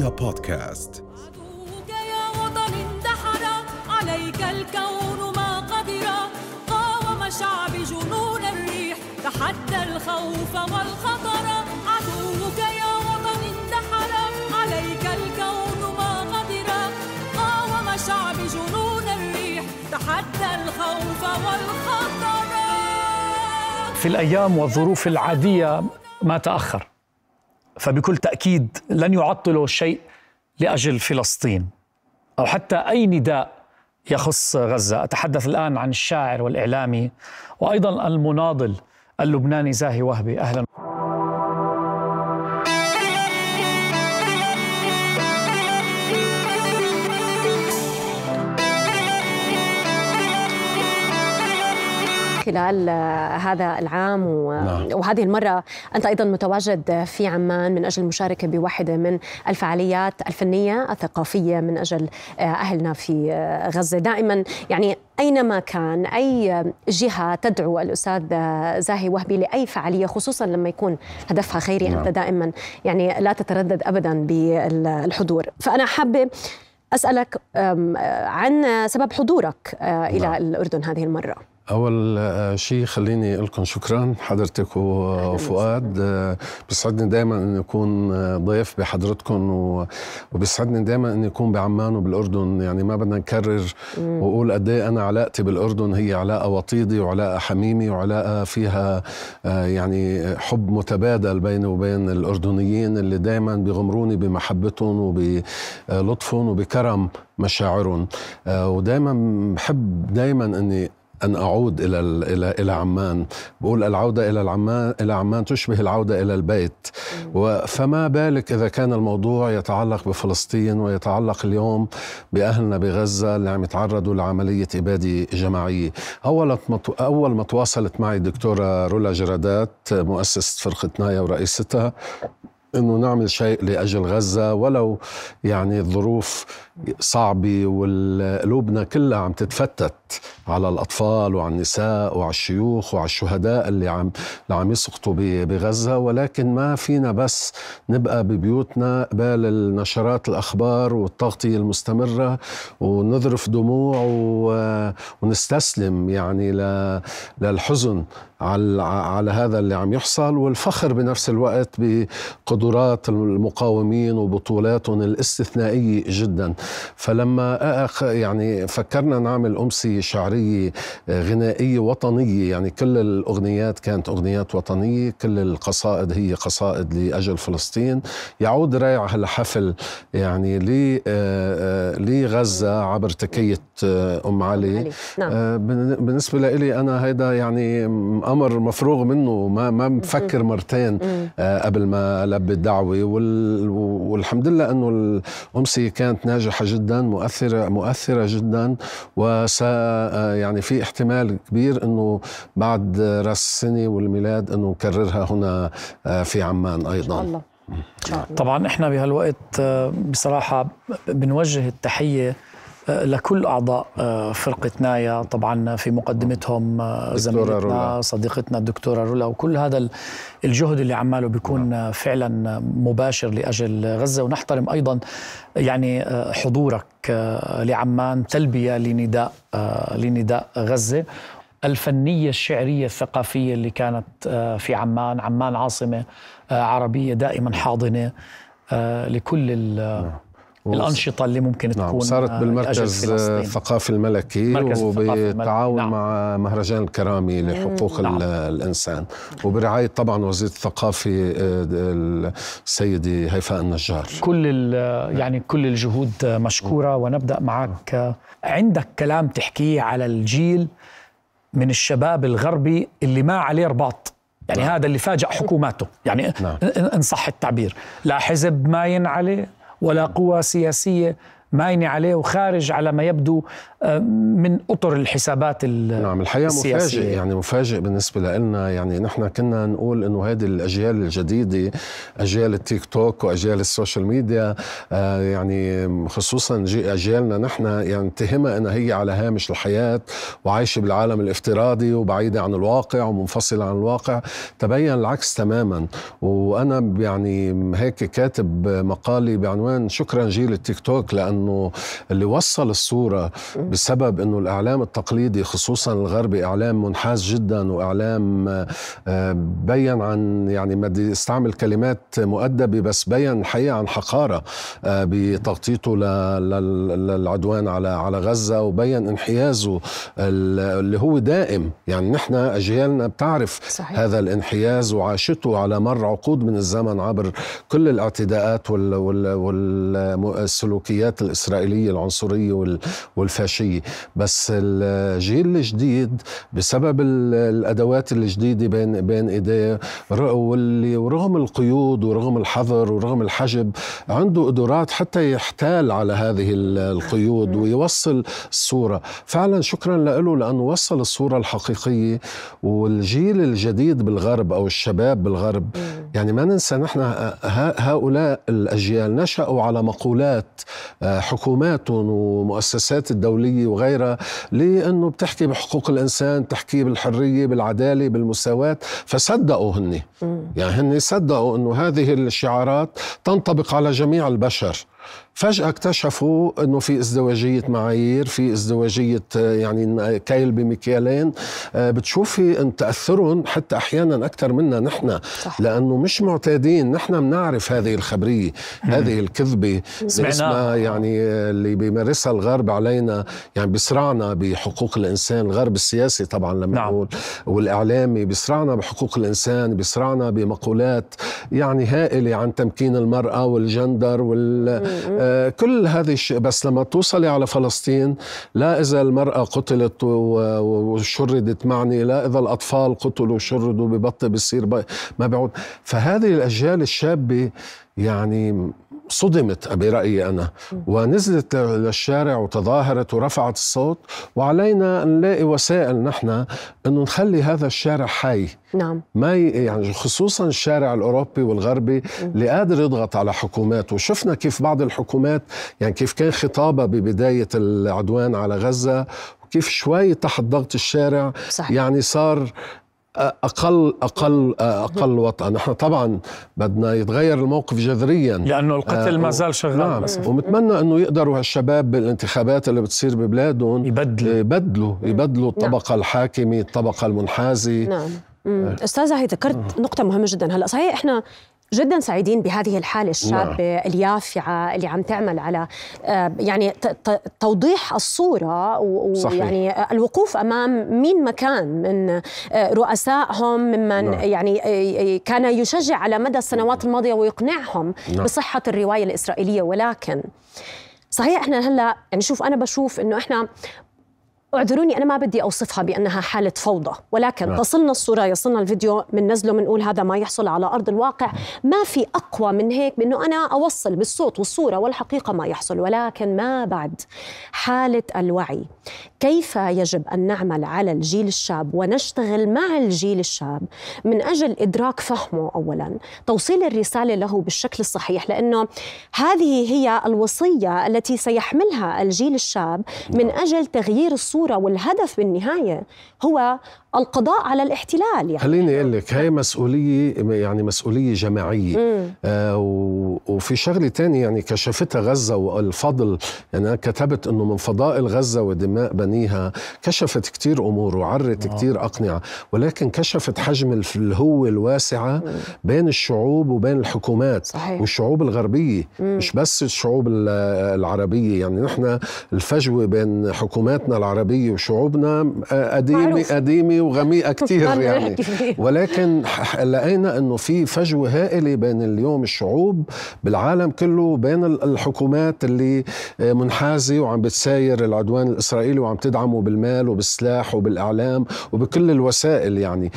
رؤيا بودكاست. عدوك يا وطن اندحر عليك الكون ما قدر، قاوم شعب جنون الريح تحدى الخوف والخطر. عدوك يا وطن اندحر عليك الكون ما قدر، قاوم شعب جنون الريح تحدى الخوف والخطر. في الأيام والظروف العادية ما تأخر، فبكل تأكيد لن يعطلوا شيء لأجل فلسطين أو حتى أي نداء يخص غزة. أتحدث الآن عن الشاعر والإعلامي وأيضا المناضل اللبناني زاهي وهبي. أهلا. خلال هذا العام وهذه المرة أنت أيضا متواجد في عمان من أجل المشاركة بواحدة من الفعاليات الفنية الثقافية من أجل أهلنا في غزة. دائما يعني أينما كان أي جهة تدعو الأستاذ زاهي وهبي لأي فعالية، خصوصا لما يكون هدفها خيري، أنت دائما يعني لا تتردد أبدا بالحضور. فأنا حابة أسألك عن سبب حضورك إلى الأردن هذه المرة. أول شيء خليني أقول لكم شكرا حضرتك وفؤاد. بيسعدني دائما أن يكون ضيف بحضرتكم، وبيسعدني دائما أن يكون بعمان وبالأردن. يعني ما بدنا نكرر وأقول قد ايه أنا علاقتي بالأردن هي علاقة وطيدة وعلاقة حميمة وعلاقة فيها يعني حب متبادل بيني وبين الأردنيين اللي دائما بيغمروني بمحبتهم وبلطفهم وبكرم مشاعرهم. ودائما بحب دائما أن أعود إلى عمان. بقول العودة إلى عمان تشبه العودة إلى البيت. فما بالك إذا كان الموضوع يتعلق بفلسطين ويتعلق اليوم بأهلنا بغزة اللي عم يتعرضوا لعملية إبادة جماعية. أول ما تواصلت معي دكتورة رولا جرادات مؤسسة فرقة نايا ورئيستها إنه نعمل شيء لأجل غزة، ولو يعني الظروف صعبة والقلوبنا كلها عم تتفتت على الأطفال وعلى النساء وعلى الشيوخ وعلى الشهداء اللي عم يسقطوا بغزة، ولكن ما فينا بس نبقى ببيوتنا قبال النشرات الأخبار والتغطية المستمرة ونذرف دموع ونستسلم يعني للحزن على هذا اللي عم يحصل، والفخر بنفس الوقت بقدرات المقاومين وبطولاتهم الاستثنائية جدا. فلما يعني فكرنا نعمل أمسية شعرية غنائية وطنية، يعني كل الأغنيات كانت أغنيات وطنية، كل القصائد هي قصائد لأجل فلسطين، يعود رائع الحفل يعني لغزة عبر تكية أم علي. نعم. بالنسبة لي أنا هيدا يعني أمر مفروغ منه، ما مفكر مرتين قبل ما ألبي الدعوة. والحمد لله أنه الأمسية كانت ناجحة جدا، مؤثرة جدا، يعني في احتمال كبير أنه بعد رأس السنة والميلاد أنه نكررها هنا في عمان أيضا إن شاء الله. طبعا إحنا بهالوقت بصراحة بنوجه التحية لكل أعضاء فرقة نايا، طبعا في مقدمتهم زميلتنا صديقتنا الدكتورة رولا، وكل هذا الجهد اللي عماله بيكون فعلا مباشر لأجل غزة. ونحترم أيضا يعني حضورك لعمان تلبية لنداء غزة. الفنية الشعرية الثقافية اللي كانت في عمان عاصمة عربية دائما حاضنة لكل الأنشطة اللي ممكن تكون. صارت بالمركز الثقافي الملكي وبالتعاون مع مهرجان الكرامي لحقوق الإنسان وبرعاية طبعا وزير الثقافة السيدة هيفاء النجار. يعني كل الجهود مشكورة. ونبدأ معك. عندك كلام تحكيه على الجيل من الشباب الغربي اللي ما عليه رباط، يعني هذا اللي فاجأ حكوماته، يعني إن صح التعبير، لا حزب ماين عليه ولا قوى سياسية ماينة عليه وخارج على ما يبدو من أطر الحسابات نعم الحقيقة السياسية. مفاجئ، يعني مفاجئ بالنسبة لنا. يعني نحن كنا نقول إنه هذه الأجيال الجديدة، أجيال التيك توك وأجيال السوشيال ميديا، يعني خصوصا أجيالنا نحن، يعني نتهمها إنها هي على هامش الحياة وعايشة بالعالم الافتراضي وبعيدة عن الواقع ومنفصلة عن الواقع. تبين العكس تماما. وأنا يعني هيك كاتب مقالي بعنوان شكرا جيل التيك توك، لأنه اللي وصل الصورة بسبب أنه الإعلام التقليدي خصوصا الغربي إعلام منحاز جدا، وإعلام بيّن عن، يعني ما بدي استعمل كلمات مؤدبة، بس بيّن الحقيقة عن حقارة بتغطيته للعدوان على غزة، وبيّن انحيازه اللي هو دائم. يعني نحن أجيالنا بتعرف صحيح. هذا الانحياز وعاشته على مر عقود من الزمن عبر كل الاعتداءات والسلوكيات الإسرائيلية العنصرية والفاشية. بس الجيل الجديد بسبب الأدوات الجديدة بين إيديه، ورغم القيود ورغم الحظر ورغم الحجب، عنده قدرات حتى يحتال على هذه القيود ويوصل الصورة. فعلا شكرا له، لأنه وصل الصورة الحقيقية. والجيل الجديد بالغرب أو الشباب بالغرب، يعني ما ننسى نحن هؤلاء الأجيال نشأوا على مقولات حكوماتهم ومؤسسات الدولية وغيرها، لأنه بتحكي بحقوق الإنسان، تحكي بالحرية بالعدالة بالمساواة، فصدقوا هن. يعني هن صدقوا أنه هذه الشعارات تنطبق على جميع البشر. فجأة اكتشفوا أنه في ازدواجية معايير، في ازدواجية يعني كيل بمكيالين. بتشوفي أن تأثرهم حتى أحيانا أكثر منا نحن، لأنه مش معتادين. نحن بنعرف هذه الخبرية، هذه الكذبة اسمها يعني اللي بيمارسها الغرب علينا، يعني بيسرعنا بحقوق الإنسان. الغرب السياسي طبعا لما نقول والإعلامي بيسرعنا بحقوق الإنسان، بيسرعنا بمقولات يعني هائلة عن تمكين المرأة والجندر كل هذه الشيء. بس لما توصلي على فلسطين، لا إذا المرأة قتلت وشردت معني، لا إذا الأطفال قتلوا وشردوا ببطء بيصير ما بعود. فهذه الأجيال الشابة يعني صدمت برأيي أنا، ونزلت للشارع وتظاهرت ورفعت الصوت. وعلينا نلاقي وسائل نحن أنه نخلي هذا الشارع حي. نعم. ما يعني خصوصا الشارع الأوروبي والغربي اللي قادر يضغط على حكومات. وشفنا كيف بعض الحكومات يعني كيف كان خطابها ببداية العدوان على غزة، وكيف شوي تحت ضغط الشارع صحيح. يعني صار أقل وطأ. نحن طبعا بدنا يتغير الموقف جذريا، لأنه القتل ما زال شغال. نعم. ومتمنى أنه يقدروا هالشباب بالانتخابات اللي بتصير ببلادهم يبدلوا الطبقة الحاكمة، الطبقة المنحازة. نعم. أستاذة هي ذكرت نقطة مهمة جدا. هلا صحيح إحنا جدا سعيدين بهذه الحالة الشابة اليافعة اللي عم تعمل على يعني توضيح الصورة، ويعني الوقوف أمام مين مكان من رؤسائهم ممن يعني كان يشجع على مدى السنوات الماضية ويقنعهم بصحة الرواية الإسرائيلية. ولكن صحيح إحنا هلأ يعني شوف، أنا بشوف إنه إحنا، اعذروني أنا ما بدي أوصفها بأنها حالة فوضى، ولكن تصلنا الصورة، يصلنا الفيديو، مننزله منقول هذا ما يحصل على أرض الواقع. ما في أقوى من هيك بأنه أنا أوصل بالصوت والصورة والحقيقة ما يحصل. ولكن ما بعد حالة الوعي، كيف يجب أن نعمل على الجيل الشاب ونشتغل مع الجيل الشاب من أجل إدراك فهمه أولا، توصيل الرسالة له بالشكل الصحيح، لأنه هذه هي الوصية التي سيحملها الجيل الشاب من أجل تغيير الصورة. والهدف بالنهاية هو القضاء على الاحتلال. يعني خليني أقول لك، هي مسؤولية، يعني مسؤولية جماعية. وفي شغلة تانية يعني كشفتها غزة والفضل. يعني أنا كتبت أنه من فضائل غزة ودماء بنيها كشفت كتير أمور وعرت كتير أقنعة، ولكن كشفت حجم الهوة الواسعة بين الشعوب وبين الحكومات صحيح. والشعوب الغربية مش بس الشعوب العربية. يعني نحن الفجوة بين حكوماتنا العربية العربية وشعوبنا قديمة وغميقة كتير يعني، ولكن لقينا أنه في فجوة هائلة بين اليوم الشعوب بالعالم كله وبين الحكومات اللي منحازة وعم بتساير العدوان الإسرائيلي وعم تدعمه بالمال وبالسلاح وبالإعلام وبكل الوسائل يعني.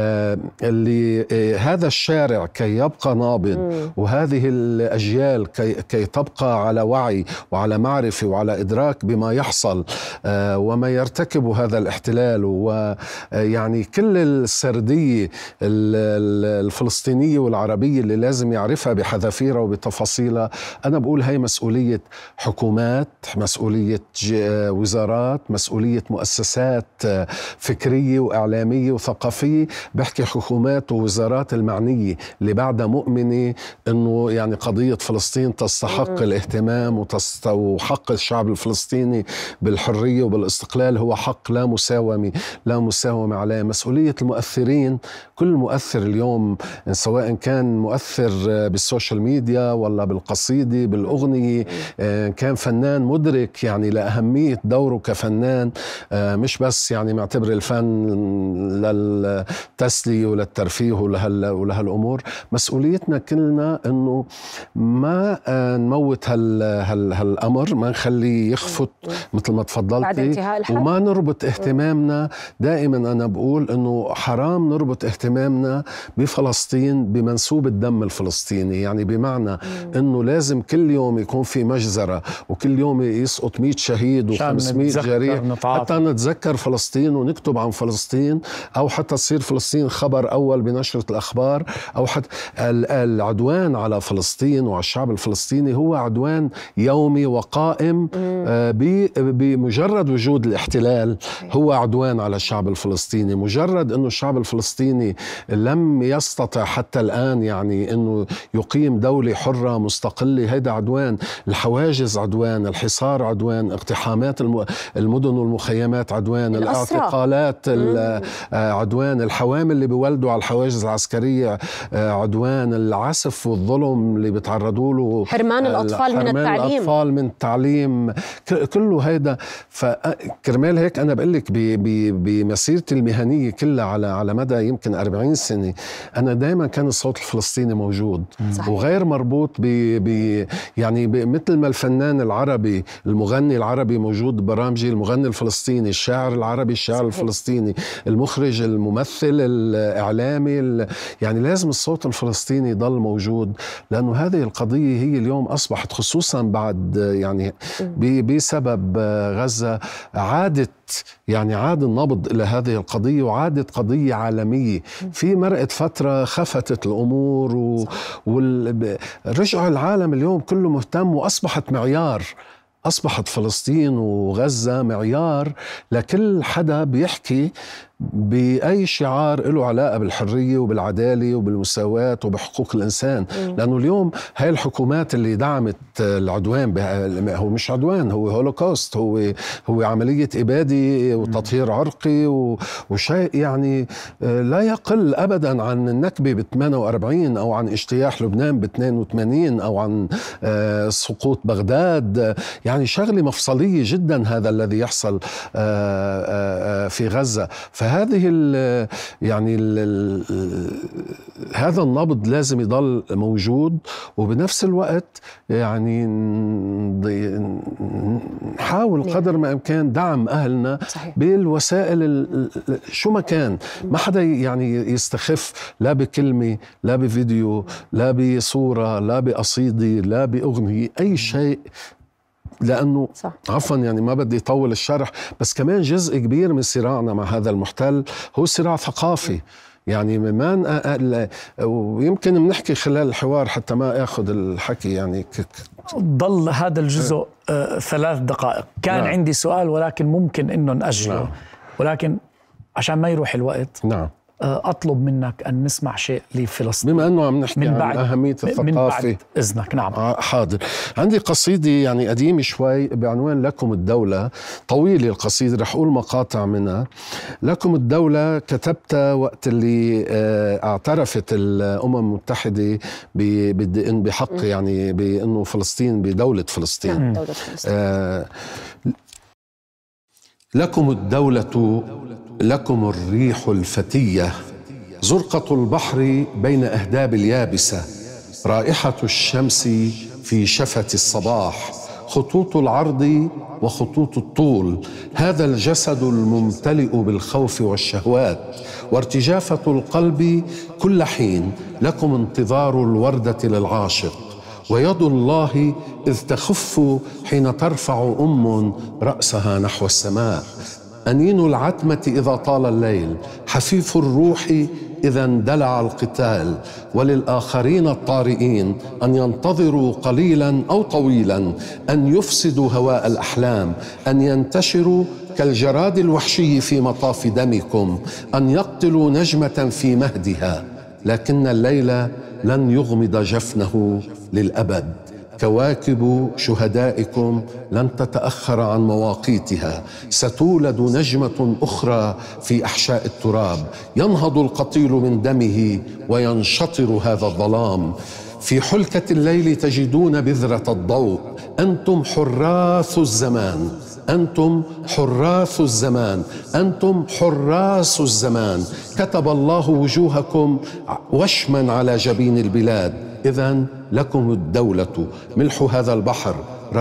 اللي هذا الشارع كي يبقى نابض وهذه الأجيال كي تبقى على وعي وعلى معرفة وعلى إدراك بما يحصل وما يرتكبه هذا الاحتلال، ويعني كل السردية الفلسطينية والعربية اللي لازم يعرفها بحذافيرها وبتفاصيلها. أنا بقول هاي مسؤولية حكومات، مسؤولية وزارات، مسؤولية مؤسسات فكرية وإعلامية وثقافية. بحكي حكومات ووزارات المعنية اللي بعدها مؤمنة أنه يعني قضية فلسطين تستحق الاهتمام وحق الشعب الفلسطيني بالحرية وبالاستقلال هو حق لا مساومة عليه. مسؤولية المؤثرين، كل مؤثر اليوم سواء كان مؤثر بالسوشيال ميديا ولا بالقصيدة بالأغنية، كان فنان مدرك يعني لأهمية دوره كفنان، مش بس يعني معتبر الفن للتسلية وللترفيه ولهالأمور. مسؤوليتنا كلنا أنه ما نموت هالأمر، ما نخليه يخفت مثل ما تفضلتي، وما نربط اهتمامنا. دائما أنا بقول أنه حرام نربط اهتمامنا بفلسطين بمنسوب الدم الفلسطيني، يعني بمعنى أنه لازم كل يوم يكون في مجزرة وكل يوم يسقط 100 شهيد و500 جريح حتى نتذكر فلسطين ونكتب عن فلسطين، أو حتى تصير فلسطين خبر أول بنشرة الأخبار، أو حتى العدوان على فلسطين وعلى الشعب الفلسطيني هو عدوان يومي وقائم بمجرد وجود الاحتلال، هو عدوان على الشعب الفلسطيني. مجرد أنه الشعب الفلسطيني لم يستطع حتى الآن يعني أنه يقيم دولة حرة مستقلة، هيدا عدوان. الحواجز عدوان، الحصار عدوان، اقتحامات المدن والمخيمات عدوان، الاعتقالات عدوان، الحوامل اللي بيولدوا على الحواجز العسكرية عدوان، العسف والظلم اللي بيتعرضوا له، حرمان الأطفال من التعليم، كله هيدا. فكرمال هيك أنا بقلك بمسيرتي المهنية كلها على مدى يمكن 40 سنة أنا دايما كان الصوت الفلسطيني موجود. صحيح. وغير مربوط يعني مثل ما الفنان العربي المغني العربي موجود برامجي، المغني الفلسطيني، الشاعر العربي، الشاعر الفلسطيني، المخرج، الممثل، الإعلامي، يعني لازم الصوت الفلسطيني يضل موجود، لأنه هذه القضية هي اليوم أصبحت خصوصا بعد يعني بسبب غزة عاد النبض إلى هذه القضية، وعادت قضية عالمية. في مرقت فترة خفتت الأمور ورجع العالم اليوم كله مهتم، وأصبحت معيار، أصبحت فلسطين وغزة معيار لكل حدا بيحكي بأي شعار له علاقة بالحرية وبالعدالة وبالمساواة وبحقوق الإنسان. لأنه اليوم هاي الحكومات اللي دعمت العدوان هو مش عدوان، هو هولوكوست، هو عملية إبادة وتطهير عرقي وشيء يعني لا يقل أبدا عن النكبة ب48 أو عن اجتياح لبنان ب82 أو عن سقوط بغداد. يعني شغلة مفصلية جدا هذا الذي يحصل في غزة. فهذه هذا النبض لازم يضل موجود، وبنفس الوقت يعني نحاول قدر ما إمكان دعم أهلنا. صحيح. بالوسائل شو ما كان، ما حدا يعني يستخف لا بكلمة لا بفيديو لا بصورة لا بقصيدة لا بأغنية، أي شيء، لأنه عفوا يعني ما بدي يطول الشرح، بس كمان جزء كبير من صراعنا مع هذا المحتل هو صراع ثقافي. يعني ويمكن بنحكي خلال الحوار حتى ما أخذ الحكي يعني ضل هذا الجزء 3 دقائق. كان نعم. عندي سؤال ولكن ممكن إنه نأجله. نعم. ولكن عشان ما يروح الوقت نعم أطلب منك أن نسمع شيء لفلسطين بما أنه عم نحكي عن أهمية الثقافة. من بعد إذنك. نعم حاضر. عندي قصيدة يعني قديمة شوي بعنوان لكم الدولة، طويلة القصيدة، رح أقول مقاطع منها. لكم الدولة كتبتها وقت اللي اعترفت الأمم المتحدة بحق يعني بأنه فلسطين بدولة فلسطين. دولة فلسطين. لكم الدولة، لكم الريح الفتية، زرقة البحر بين أهداب اليابسة، رائحة الشمس في شفة الصباح، خطوط العرض وخطوط الطول، هذا الجسد الممتلئ بالخوف والشهوات، وارتجافة القلب كل حين، لكم انتظار الوردة للعاشق، ويد الله إذ تخف حين ترفع رأسها نحو السماء، أنين العتمة إذا طال الليل، حفيف الروح إذا اندلع القتال، وللآخرين الطارئين أن ينتظروا قليلا أو طويلا، أن يفسدوا هواء الأحلام، أن ينتشروا كالجراد الوحشي في مطاف دمكم، أن يقتلوا نجمة في مهدها، لكن الليل لن يغمض جفنه للأبد، كواكب شهدائكم لن تتأخر عن مواقيتها، ستولد نجمة أخرى في أحشاء التراب، ينهض القطيل من دمه وينشطر هذا الظلام، في حلكة الليل تجدون بذرة الضوء، أنتم حراث الزمان، أنتم حراث الزمان، أنتم حراس الزمان، كتب الله وجوهكم وشما على جبين البلاد، إذن لكم الدولة، ملح هذا البحر،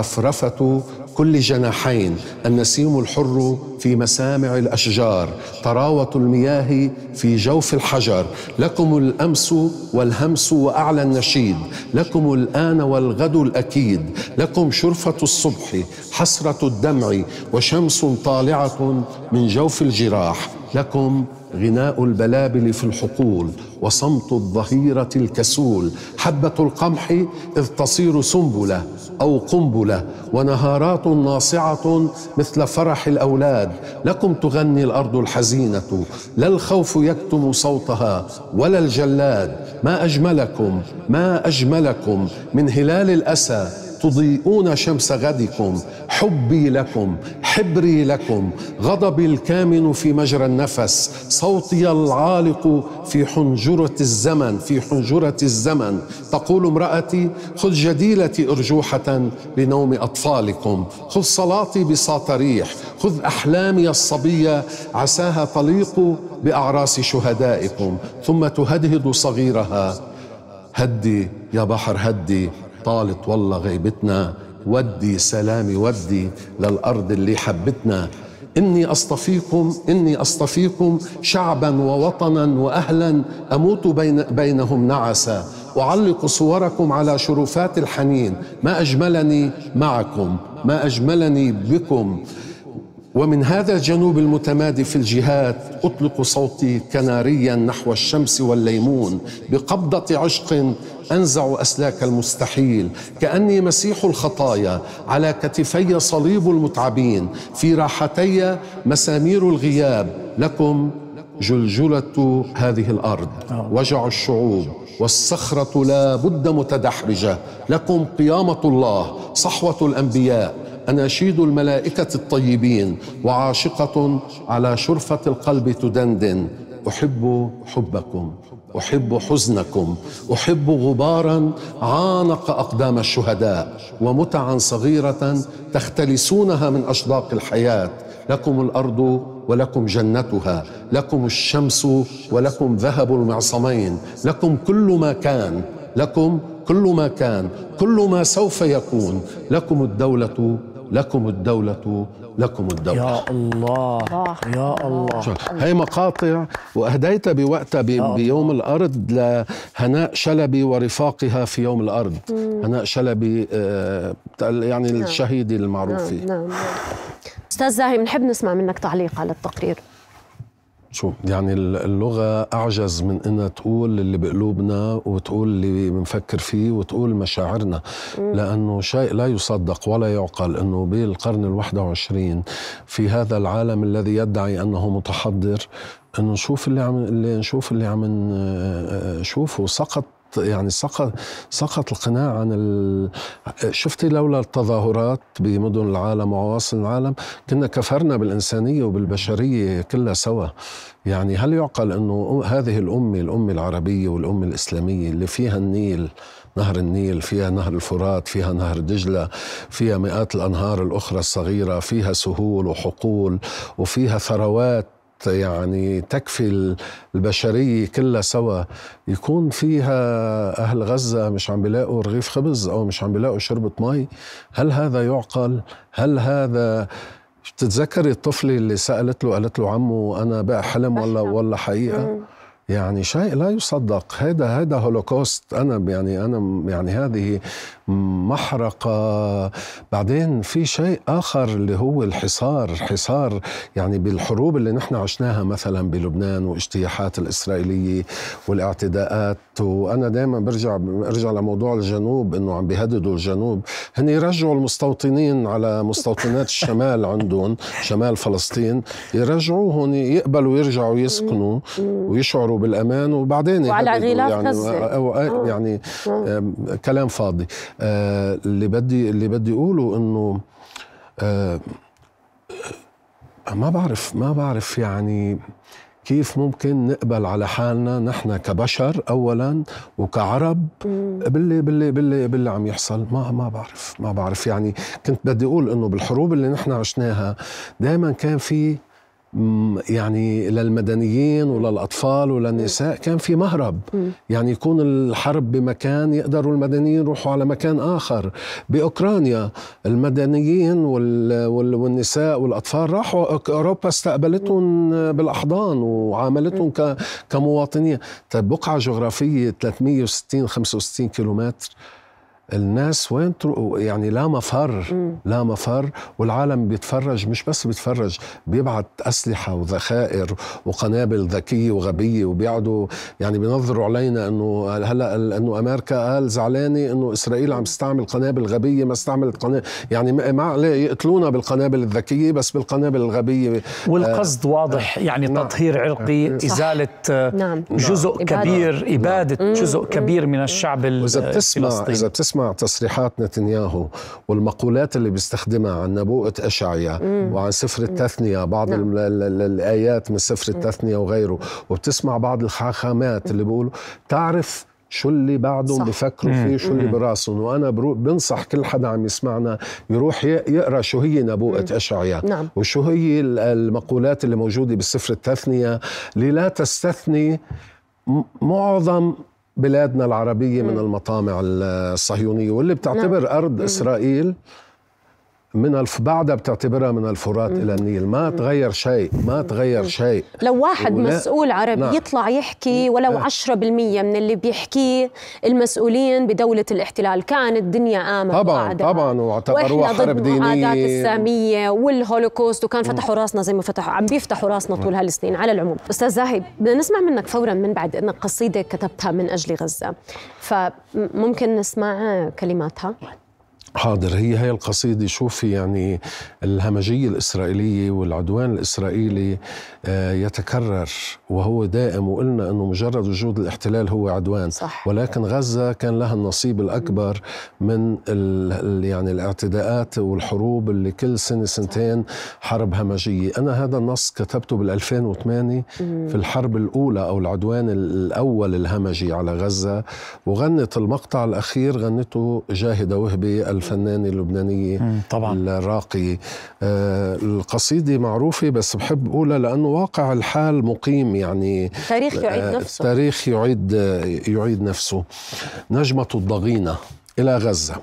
رفرفة كل جناحين، النسيم الحر في مسامع الأشجار، طراوة المياه في جوف الحجر، لكم الأمس والهمس وأعلى النشيد، لكم الآن والغد الأكيد، لكم شرفة الصبح، حسرة الدمع، وشمس طالعة من جوف الجراح، لكم غناء البلابل في الحقول، وصمت الظهيرة الكسول، حبة القمح إذ تصير سنبلة أو قنبلة، ونهارات ناصعة مثل فرح الأولاد، لكم تغني الأرض الحزينة، لا الخوف يكتم صوتها ولا الجلاد، ما أجملكم ما أجملكم من هلال الأسى، تضيئون شمس غدكم، حبي لكم حبري لكم، غضبي الكامن في مجرى النفس، صوتي العالق في حنجرة الزمن، في حنجرة الزمن، تقول امرأتي خذ جديلتي أرجوحة لنوم أطفالكم، خذ صلاتي بساط ريح، خذ أحلامي الصبية عساها تليق بأعراس شهدائكم، ثم تهدهد صغيرها، هدي يا بحر هدي، طالت والله غيبتنا، ودي سلامي ودي للأرض اللي حبتنا، إني أصطفيكم شعبا ووطنا وأهلا، أموت بينهم نعسا، أعلق صوركم على شرفات الحنين، ما أجملني معكم ما أجملني بكم، ومن هذا الجنوب المتمادي في الجهات أطلق صوتي كناريا نحو الشمس والليمون، بقبضة عشق أنزع أسلاك المستحيل، كأني مسيح الخطايا، على كتفي صليب المتعبين، في راحتي مسامير الغياب، لكم جلجلة هذه الأرض، وجع الشعوب، والصخرة لا بد متدحرجة، لكم قيامة الله، صحوة الأنبياء، أناشيد الملائكة الطيبين، وعاشقة على شرفة القلب تدندن، أحب حبكم، أحب حزنكم، أحب غبارا عانق أقدام الشهداء، ومتعا صغيرة تختلسونها من أشواق الحياة، لكم الأرض ولكم جنتها، لكم الشمس ولكم ذهب المعصمين، لكم كل ما كان، لكم كل ما كان، كل ما سوف يكون، لكم الدولة، لكم الدولة، لكم الدولة. يا الله يا الله. هاي مقاطع وأهديتها بوقتها بيوم الأرض لهناء شلبي ورفاقها في يوم الأرض. هناء شلبي يعني الشهيدة المعروفة. نعم. أستاذ زاهي بنحب نسمع منك تعليق على التقرير. شو يعني اللغة أعجز من إنها تقول اللي بقلوبنا وتقول اللي بنفكر فيه وتقول مشاعرنا، لأنه شيء لا يصدق ولا يعقل إنه بالقرن ال21 في هذا العالم الذي يدعي أنه متحضر إنه نشوف اللي عم نشوفه، سقط يعني سقط القناع عن شفتي لولا التظاهرات بمدن العالم وعواصم العالم كنا كفرنا بالإنسانية وبالبشرية كلها سوا. يعني هل يعقل أنه هذه الأمة العربية والأمة الإسلامية اللي فيها النيل، نهر النيل، فيها نهر الفرات، فيها نهر دجلة، فيها مئات الأنهار الأخرى الصغيرة، فيها سهول وحقول وفيها ثروات يعني تكفي البشرية كلها سوا، يكون فيها أهل غزة مش عم بيلاقوا رغيف خبز أو مش عم بيلاقوا شربة مي؟ هل هذا يعقل؟ هل هذا تتذكري الطفلة اللي سألت له قالت له عمو أنا بقى حلم ولا حقيقة؟ يعني شيء لا يصدق. هذا هولوكوست. أنا يعني هذه محرقة. بعدين في شيء آخر اللي هو الحصار يعني بالحروب اللي نحن عشناها مثلا بلبنان واجتياحات الإسرائيلية والاعتداءات. وأنا دائما برجع لموضوع الجنوب، إنه عم بيهددوا الجنوب. هن يرجعوا المستوطنين على مستوطنات الشمال عندهم، شمال فلسطين، يرجعوهم يقبلوا يرجعوا يسكنوا ويشعروا بالأمان، وبعدين وعلى غلاف يعني غزة. يعني كلام فاضي. اللي بدي أقوله إنه ما بعرف يعني كيف ممكن نقبل على حالنا نحن كبشر أولا وكعرب باللي عم يحصل. ما بعرف يعني. كنت بدي أقول إنه بالحروب اللي نحن عشناها دائما كان في يعني للمدنيين وللأطفال وللنساء كان في مهرب. يعني يكون الحرب بمكان يقدروا المدنيين يروحوا على مكان آخر. بأوكرانيا المدنيين والنساء والأطفال راحوا أوروبا، استقبلتهم بالأحضان وعاملتهم كمواطنين. طيب بقعة جغرافية 360-65 كيلومتر، الناس وين يعني لا مفر والعالم بيتفرج. مش بس بيتفرج، بيبعت أسلحة وذخائر وقنابل ذكية وغبية، وبيقعدوا يعني بينظروا علينا إنه هلا إنه أمريكا قال زعلانة إنه إسرائيل عم تستعمل قنابل غبية، ما استعملت قنابل يعني ما يقتلونا بالقنابل الذكية بس بالقنابل الغبية. والقصد واضح يعني تطهير عرقي، إزالة جزء كبير، إبادة جزء كبير من الشعب الفلسطيني. إذا بتسمع تصريحات نتنياهو والمقولات اللي بيستخدمها عن نبوءة أشعيا وعن سفر التثنية، بعض الآيات من سفر التثنية وغيره، وبتسمع بعض الحاخامات اللي بيقولوا، تعرف شو اللي بعدهم بفكروا فيه، شو اللي براسهم. وأنا بنصح كل حدا عم يسمعنا يروح يقرأ شو هي نبوءة أشعيا وشو هي المقولات اللي موجودة بالسفر التثنية، اللي لا تستثني معظم بلادنا العربية من المطامع الصهيونية، واللي بتعتبر أرض إسرائيل بعدها بتعتبرها من الفرات إلى النيل. ما تغير شيء. لو واحد مسؤول عربي يطلع يحكي ولو 10% من اللي بيحكيه المسؤولين بدولة الاحتلال، كانت الدنيا آمن طبعا واعتبروها حرب دينية، المعاداة السامية والهولوكوست، وكان فتحوا راسنا زي ما عم بيفتحوا راسنا طول هالسنين. على العموم أستاذ زاهي، بدنا نسمع منك فورا من بعد أنك قصيدة كتبتها من أجل غزة، فممكن نسمع كلماتها؟ حاضر. هي القصيدة. شوفي يعني الهمجية الإسرائيلية والعدوان الإسرائيلي يتكرر وهو دائم، وقلنا أنه مجرد وجود الاحتلال هو عدوان، ولكن غزة كان لها النصيب الأكبر من يعني الاعتداءات والحروب اللي كل سنة سنتين حرب همجية. أنا هذا النص كتبته بال2008 في الحرب الأولى أو العدوان الأول الهمجي على غزة، وغنت المقطع الأخير غنته جاهدة وهبي الفنانة اللبنانية الراقية. القصيدة معروفة بس بحب أقولها لأنه واقع الحال مقيم، يعني التاريخ يعيد نفسه. التاريخ يعيد نفسه. نجمة الضغينة إلى غزة.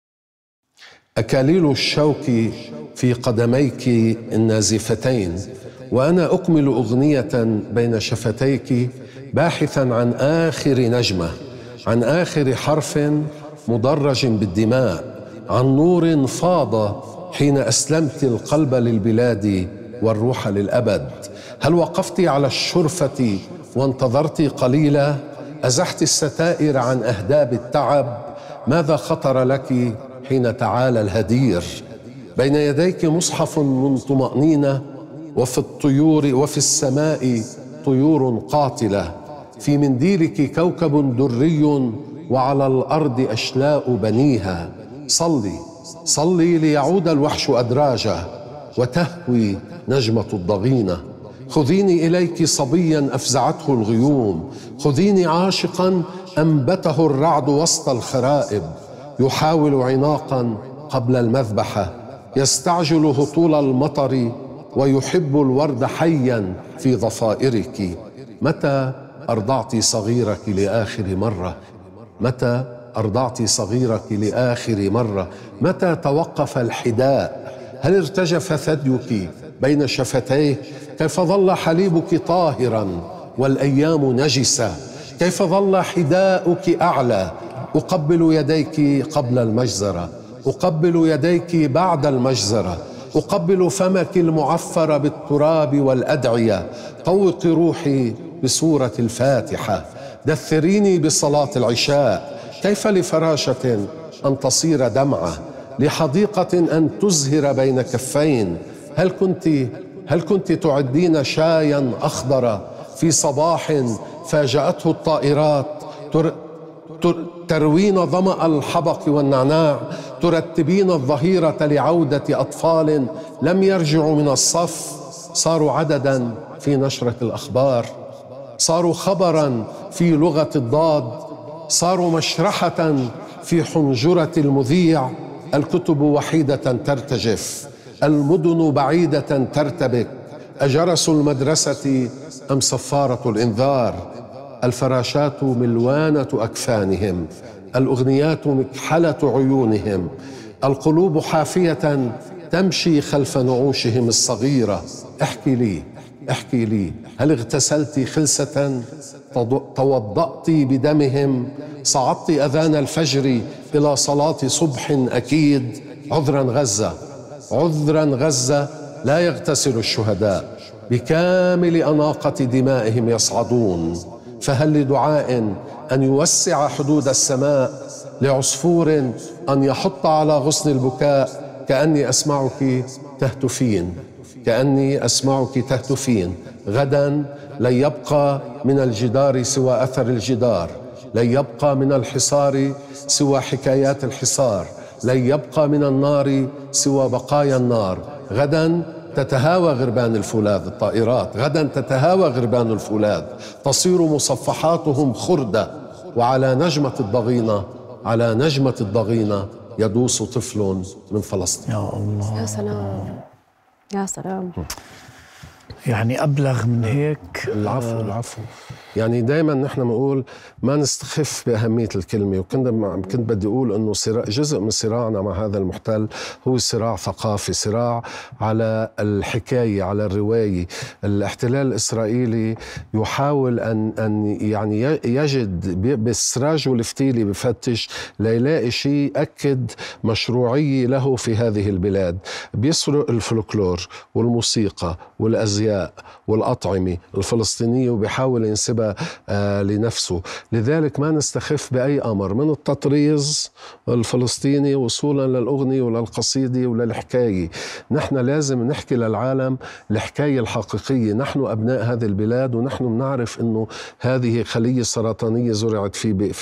أكاليل الشوك في قدميك النازفتين، وأنا أكمل أغنية بين شفتيك باحثا عن آخر نجمة، عن آخر حرف مدرج بالدماء، عن نور فاض حين أسلمت القلب للبلاد والروح للأبد. هل وقفت على الشرفة وانتظرت قليلا؟ أزحت الستائر عن أهداب التعب؟ ماذا خطر لك حين تعالى الهدير؟ بين يديك مصحف من طمأنينة، وفي السماء طيور قاتلة. في منديلك كوكب دري وعلى الأرض أشلاء بنيها. صلي ليعود الوحش أدراجه وتهوي نجمة الضغينة. خذيني إليك صبيا أفزعته الغيوم، خذيني عاشقا أنبته الرعد وسط الخرائب، يحاول عناقا قبل المذبحة، يستعجل هطول المطر ويحب الورد حيا في ضفائرك. متى أرضعت صغيرك لآخر مرة؟ متى أرضعت صغيرك لآخر مرة؟ متى توقف الحداء؟ هل ارتجف ثديك بين شفتيه؟ كيف ظل حليبك طاهرا والأيام نجسة؟ كيف ظل حداؤك أعلى؟ أقبل يديك قبل المجزرة، أقبل يديك بعد المجزرة، أقبل فمك المعفر بالتراب والأدعية. طوقي روحي بسورة الفاتحة، دثريني بصلاة العشاء. كيف لفراشة أن تصير دمعة، لحديقة أن تزهر بين كفين؟ هل كنت تعدين شايا أخضر في صباح فاجأته الطائرات، تروين ظمأ الحبق والنعناع، ترتبين الظهيرة لعودة أطفال لم يرجعوا من الصف، صاروا عددا في نشرة الأخبار، صاروا خبرا في لغة الضاد، صاروا مشرحة في حنجرة المذيع. الكتب وحيدة ترتجف، المدن بعيدة ترتبك، أجرس المدرسة أم صفارة الإنذار؟ الفراشات ملوانة أكفانهم، الأغنيات مكحلة عيونهم، القلوب حافية تمشي خلف نعوشهم الصغيرة. احكي لي، هل اغتسلت خلسة؟ توضأت بدمهم؟ صعدت أذان الفجر إلى صلاة صبح أكيد؟ عذرا غزة لا يغتسل الشهداء، بكامل أناقة دمائهم يصعدون. فهل لدعاء أن يوسع حدود السماء، لعصفور أن يحط على غصن البكاء؟ كأني أسمعك تهتفين. غدا لن يبقى من الجدار سوى أثر الجدار، لن يبقى من الحصار سوى حكايات الحصار، لن يبقى من النار سوى بقايا النار. غدا تتهاوى غربان الفولاذ الطائرات، غدا تتهاوى غربان الفولاذ، تصير مصفحاتهم خردة، وعلى نجمة الضغينة يدوس طفل من فلسطين. يا الله، يا سلام يا سلام. يعني أبلغ من هيك. العفو. يعني دايما نحن بنقول ما نستخف بأهمية الكلمة، كنت بدي أقول أنه جزء من صراعنا مع هذا المحتل هو صراع ثقافي، صراع على الحكاية، على الرواية. الاحتلال الإسرائيلي يحاول أن يعني يجد بالسراج والفتيلي بفتش ليلاقي شيء أكد مشروعية له في هذه البلاد. بيسرق الفلكلور والموسيقى والأزياء والأطعمة الفلسطينية وبيحاول ينسبها لنفسه. لذلك ما نستخف بأي أمر، من التطريز الفلسطيني وصولا للأغنية وللقصيدة وللحكاية. نحن لازم نحكي للعالم الحكاية الحقيقية. نحن أبناء هذه البلاد، ونحن بنعرف أنه هذه خلية سرطانية زرعت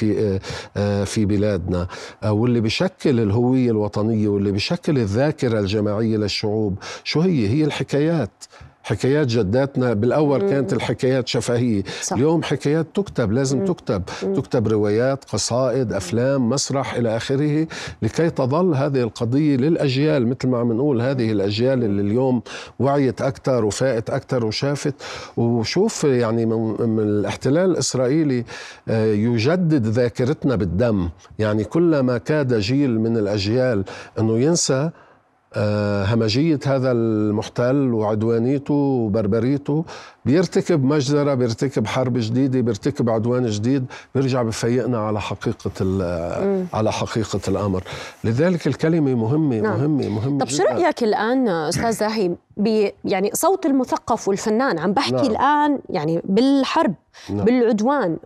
في بلادنا، واللي بشكل الهوية الوطنية واللي بشكل الذاكرة الجماعية للشعوب. شو هي الحكايات؟ حكايات جداتنا بالأول كانت الحكايات شفهية، اليوم حكايات تكتب، لازم تكتب روايات، قصائد، أفلام، مسرح إلى آخره، لكي تظل هذه القضية للأجيال. مثل ما عم نقول هذه الأجيال اللي اليوم وعيت أكثر وفائت أكثر وشافت. وشوف يعني من الاحتلال الإسرائيلي يجدد ذاكرتنا بالدم. يعني كلما كاد جيل من الأجيال أنه ينسى همجية هذا المحتل وعدوانيته وبربريته، بيرتكب مجزرة، بيرتكب حرب جديدة، بيرتكب عدوان جديد، بيرجع بفيقنا على حقيقة الأمر. لذلك الكلمة مهمة طب شو رأيك الآن أستاذ زاهي يعني صوت المثقف والفنان عم بحكي الآن يعني بالحرب بالعدوان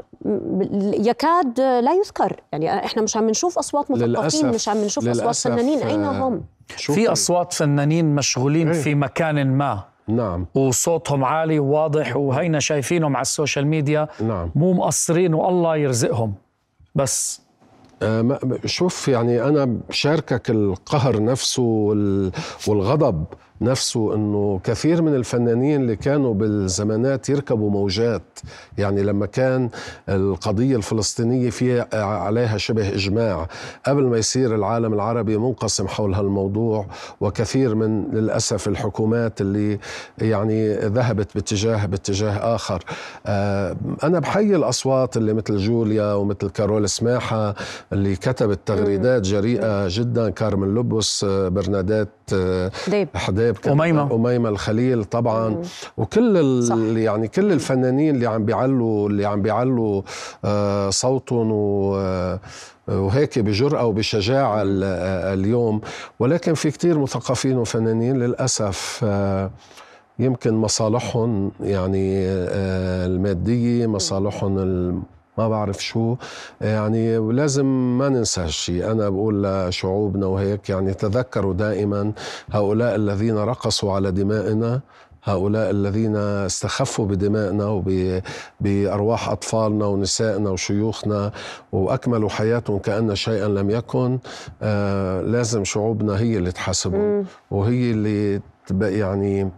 يكاد لا يذكر. يعني احنا مش عم نشوف أصوات مثقفين، مش عم نشوف أصوات فنانين. أين هم؟ في أصوات فنانين مشغولين في مكان ما نعم. وصوتهم عالي وواضح، وهينا شايفينهم على السوشيال ميديا. نعم. مو مقصرين والله يرزقهم. بس شوف يعني أنا بشاركك القهر نفسه والغضب نفسه، أنه كثير من الفنانين اللي كانوا بالزمانات يركبوا موجات، يعني لما كان القضية الفلسطينية في عليها شبه إجماع قبل ما يصير العالم العربي منقسم حول هالموضوع، وكثير من للأسف الحكومات اللي يعني ذهبت باتجاه آخر. أنا بحيي الأصوات اللي مثل جوليا ومثل كارول سماحة اللي كتبت تغريدات جريئة جدا، كارمن لبس، برنادات حديب، أميمة الخليل طبعا، وكل يعني كل الفنانين اللي عم بيعلوا صوتهم وهيك بجرأة وبشجاعة اليوم. ولكن في كتير مثقفين وفنانين للأسف يمكن مصالحهم يعني المادية، مصالحهم ما بعرف شو، يعني لازم ما ننسى هالشيء. أنا بقول لشعوبنا وهيك يعني تذكروا دائما هؤلاء الذين رقصوا على دمائنا، هؤلاء الذين استخفوا بدمائنا وبأرواح أطفالنا ونسائنا وشيوخنا وأكملوا حياتهم كأن شيئا لم يكن. لازم شعوبنا هي اللي تحاسبهم وهي اللي يعني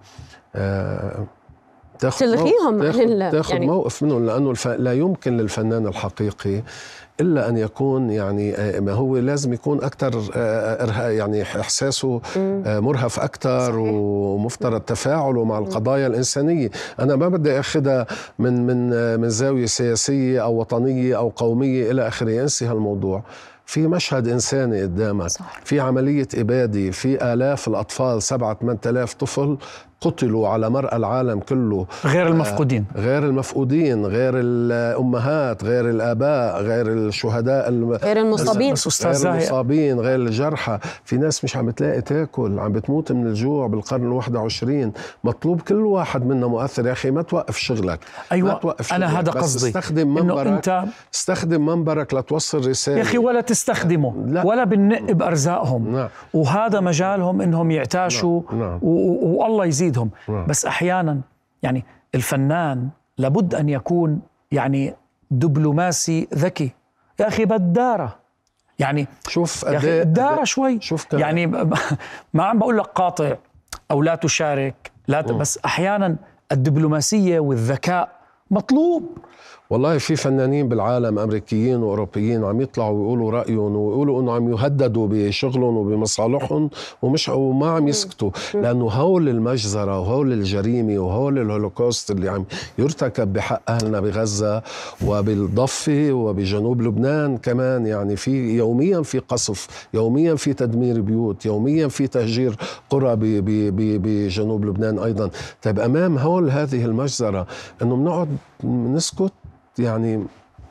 تلغيهم، تاخذ يعني موقف منهم، لأنه لا يمكن للفنان الحقيقي إلا أن يكون يعني ما هو لازم يكون أكثر يعني إحساسه مرهف أكثر، ومفترض تفاعله مع القضايا الإنسانية. أنا ما بدي أخذها من زاوية سياسية أو وطنية أو قومية إلى آخره، ينسي هالموضوع. في مشهد إنساني قدامك، في عملية إبادة، في آلاف الأطفال، 7-8 طفل قتلوا على مرأى العالم كله، غير المفقودين، غير المفقودين، غير الأمهات، غير الآباء، غير الشهداء، غير المصابين، غير الجرحى. في ناس مش عم تلاقي تاكل، عم بتموت من الجوع بالقرن 21. مطلوب كل واحد منا مؤثر. يا أخي ما توقف شغلك. أيوة، ما توقف شغلك. أنا هذا قصدي، استخدم منبرك لتوصل رسالة. يا أخي ولا تستخدمه ولا بالنق بأرزاقهم. وهذا مجالهم إنهم يعتاشوا. والله يزيدهم. بس أحيانا يعني الفنان لابد أن يكون يعني دبلوماسي ذكي. يا أخي بدارة، يعني شوف يا أخي بدارة شوي. يعني ما عم بقول لك قاطع أو لا تشارك، لا بس أحيانا الدبلوماسية والذكاء مطلوب. والله في فنانين بالعالم أمريكيين وأوروبيين عم يطلعوا ويقولوا رأيهم ويقولوا أنه عم يهددوا بشغلهم وبمصالحهم وما عم يسكتوا، لأنه هول المجزرة وهول الجريمة وهول الهولوكوست اللي عم يرتكب بحق أهلنا بغزة وبالضفة وبجنوب لبنان كمان. يعني في يوميا في قصف، يوميا في تدمير بيوت، يوميا في تهجير قرى بجنوب لبنان أيضا. طيب أمام هول هذه المجزرة أنه بنقعد نسكت؟ يعني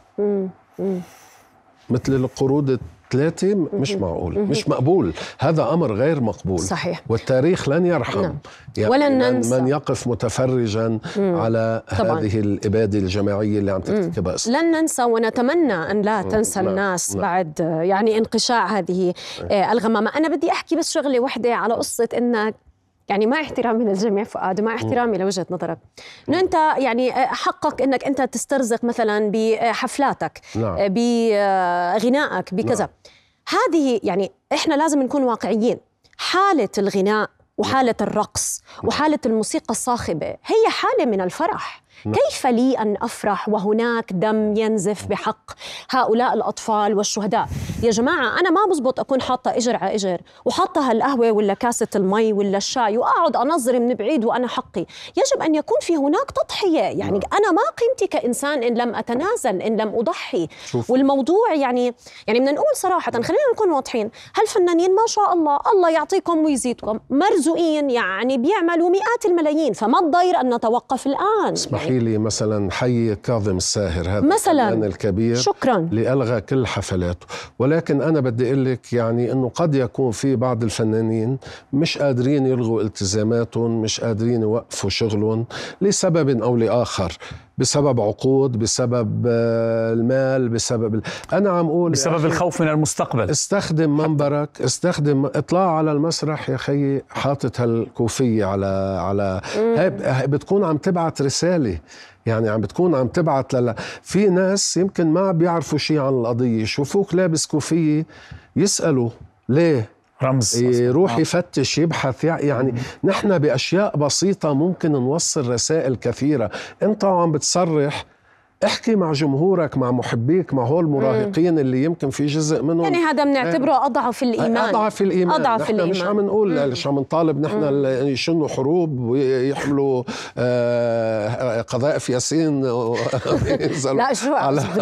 مثل القرود 3 مش معقول، مش مقبول. هذا أمر غير مقبول. صحيح. والتاريخ لن يرحم يعني ولن ننسى من يقف متفرجا على طبعاً هذه الإبادة الجماعية اللي عم ترتكبها. لن ننسى، ونتمنى أن لا تنسى الناس بعد يعني انقشاع هذه الغمامة. أنا بدي أحكي بس شغلة واحدة على قصة إنك يعني مع احترامي للجميع فؤاد، مع احترامي لوجهة نظرك، انه انت يعني حقك انك انت تسترزق مثلا بحفلاتك، بغنائك، بكذا. هذه يعني احنا لازم نكون واقعيين. حالة الغناء وحالة الرقص وحالة الموسيقى الصاخبة هي حالة من الفرح. كيف لي أن أفرح وهناك دم ينزف بحق هؤلاء الأطفال والشهداء؟ يا جماعة أنا ما بزبط أكون حاطة إجر على إجر وحاطة هالقهوة ولا كاسة المي ولا الشاي وأقعد أنظر من بعيد وأنا حقي. يجب أن يكون في هناك تضحية. يعني أنا ما قيمتي كإنسان إن لم أتنازل، إن لم أضحي. والموضوع يعني بدنا نقول صراحة، خلينا نكون واضحين. هالفنانين ما شاء الله، الله يعطيكم ويزيدكم، مرزوقين، يعني بيعملوا مئات الملايين، فما الضير أن نتوقف الآن. اسمحي لي مثلا حي كاظم الساهر، هذا مثلا الفنان الكبير، شكرا، اللي ألغى كل حفلاته. ولكن أنا بدي أقول لك يعني أنه قد يكون في بعض الفنانين مش قادرين يلغوا التزاماتهم، مش قادرين يوقفوا شغلهم لسبب أو لآخر. بسبب عقود، بسبب المال، بسبب أنا عم أقول بسبب الخوف من المستقبل. استخدم منبرك، اطلاع على المسرح يا خيي حاطط هالكوفية على هاي بتكون عم تبعت رسالة، يعني عم بتكون عم تبعت في ناس يمكن ما بيعرفوا شيء عن القضية، يشوفوك لابس كوفية يسألوا ليه، رمز، يروح يفتش يبحث. يعني نحن بأشياء بسيطة ممكن نوصل رسائل كثيرة. انت عم بتصرح، احكي مع جمهورك، مع محبيك، مع هول المراهقين اللي يمكن في جزء منهم يعني هذا بنعتبره أضعف الإيمان. أضعف الإيمان. أضعف الإيمان. مش عم نقول، مش عم نطالب نحن يشنوا حروب ويحملوا قذائف ياسين لا شو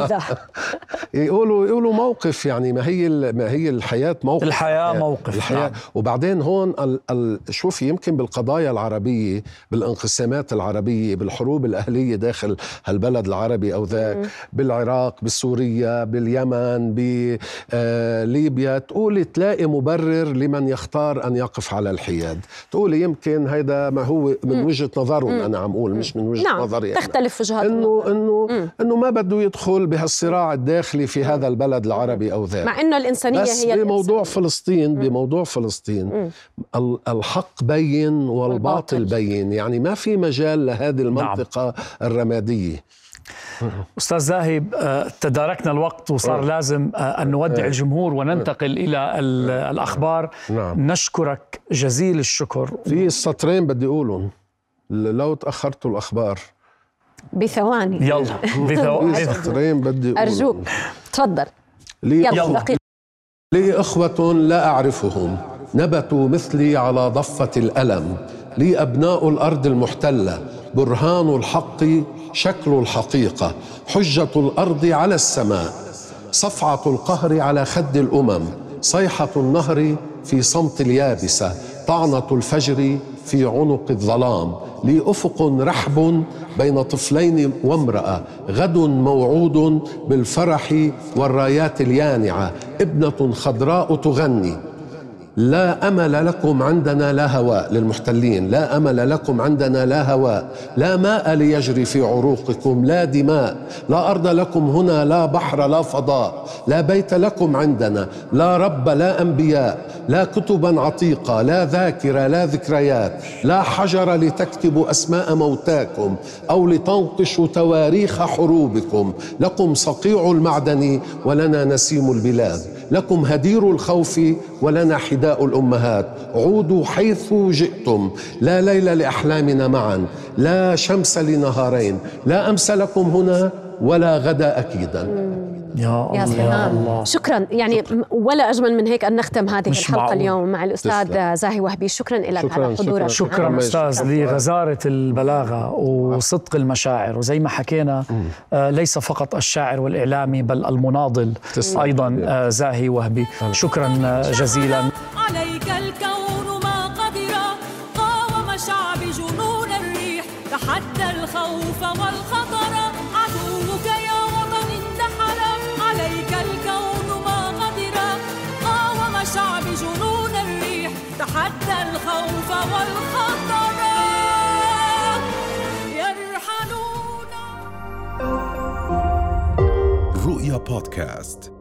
يقولوا موقف. يعني ما هي الحياة موقف، الحياة موقف. الحياة. نعم. وبعدين هون شوف، يمكن بالقضايا العربية، بالانقسامات العربية، بالحروب الأهلية داخل هالبلد العربي أو ذاك، بالعراق، بسوريا، باليمن، بليبيا، تلاقي مبرر لمن يختار أن يقف على الحياد. تقولي يمكن هيدا ما هو من وجهة نظرهم، أنا عم أقول مش من وجهة نظري، تختلف وجهات إنه ما بده يدخل بهالصراع الداخلي في هذا البلد العربي أو ذاك، مع إنه الإنسانية بس هي بموضوع فلسطين. بموضوع فلسطين الحق بين والباطل بين، يعني ما في مجال لهذه المنطقة الرمادية. أستاذ زاهي، تداركنا الوقت وصار لازم أن نودع الجمهور وننتقل إلى الأخبار. نعم. نشكرك جزيل الشكر. في سطرين بدي أقولهم لو تأخرتوا الأخبار بثواني. يلا بثواني. سطرين بدي أقولهم. أرجوك تفضل. لي أخوة لا أعرفهم نبتوا مثلي على ضفة الألم، لي أبناء الأرض المحتلة برهان الحق شكل الحقيقة، حجة الأرض على السماء، صفعة القهر على خد الأمم، صيحة النهر في صمت اليابسة، طعنة الفجر في عنق الظلام، لي أفق رحب بين طفلين وامرأة، غد موعود بالفرح والرايات اليانعة، ابنة خضراء تغني. لا أمل لكم عندنا لا هواء، للمحتلين، لا أمل لكم عندنا لا هواء، لا ماء ليجري في عروقكم، لا دماء، لا أرض لكم هنا، لا بحر، لا فضاء، لا بيت لكم عندنا، لا رب، لا أنبياء، لا كتبا عتيقة، لا ذاكرة، لا ذكريات، لا حجر لتكتبوا أسماء موتاكم أو لتنقشوا تواريخ حروبكم، لكم صقيع المعدن ولنا نسيم البلاد، لكم هدير الخوف ولنا حداء الأمهات، عودوا حيث جئتم، لا ليل لأحلامنا معا، لا شمس لنهارين، لا أمس لكم هنا ولا غدا أكيدا. يا الله. شكرا. يعني ولا أجمل من هيك أن نختم هذه الحلقة اليوم مع الأستاذ زاهي وهبي. شكرا لك على حضورك. شكرا أستاذ لغزارة البلاغة وصدق المشاعر، وزي ما حكينا ليس فقط الشاعر والإعلامي بل المناضل أيضا زاهي وهبي. شكرا جزيلا. عليك الكون ما قدر، قاوم شعب جنون الريح، تحدى الخوف والخطر، عدوك يا وطن اندحر. عليك الكون ما قدر، قاوم شعب جنون الريح، تحدى الخوف والخطر، يرحلون. رؤيا بودكاست.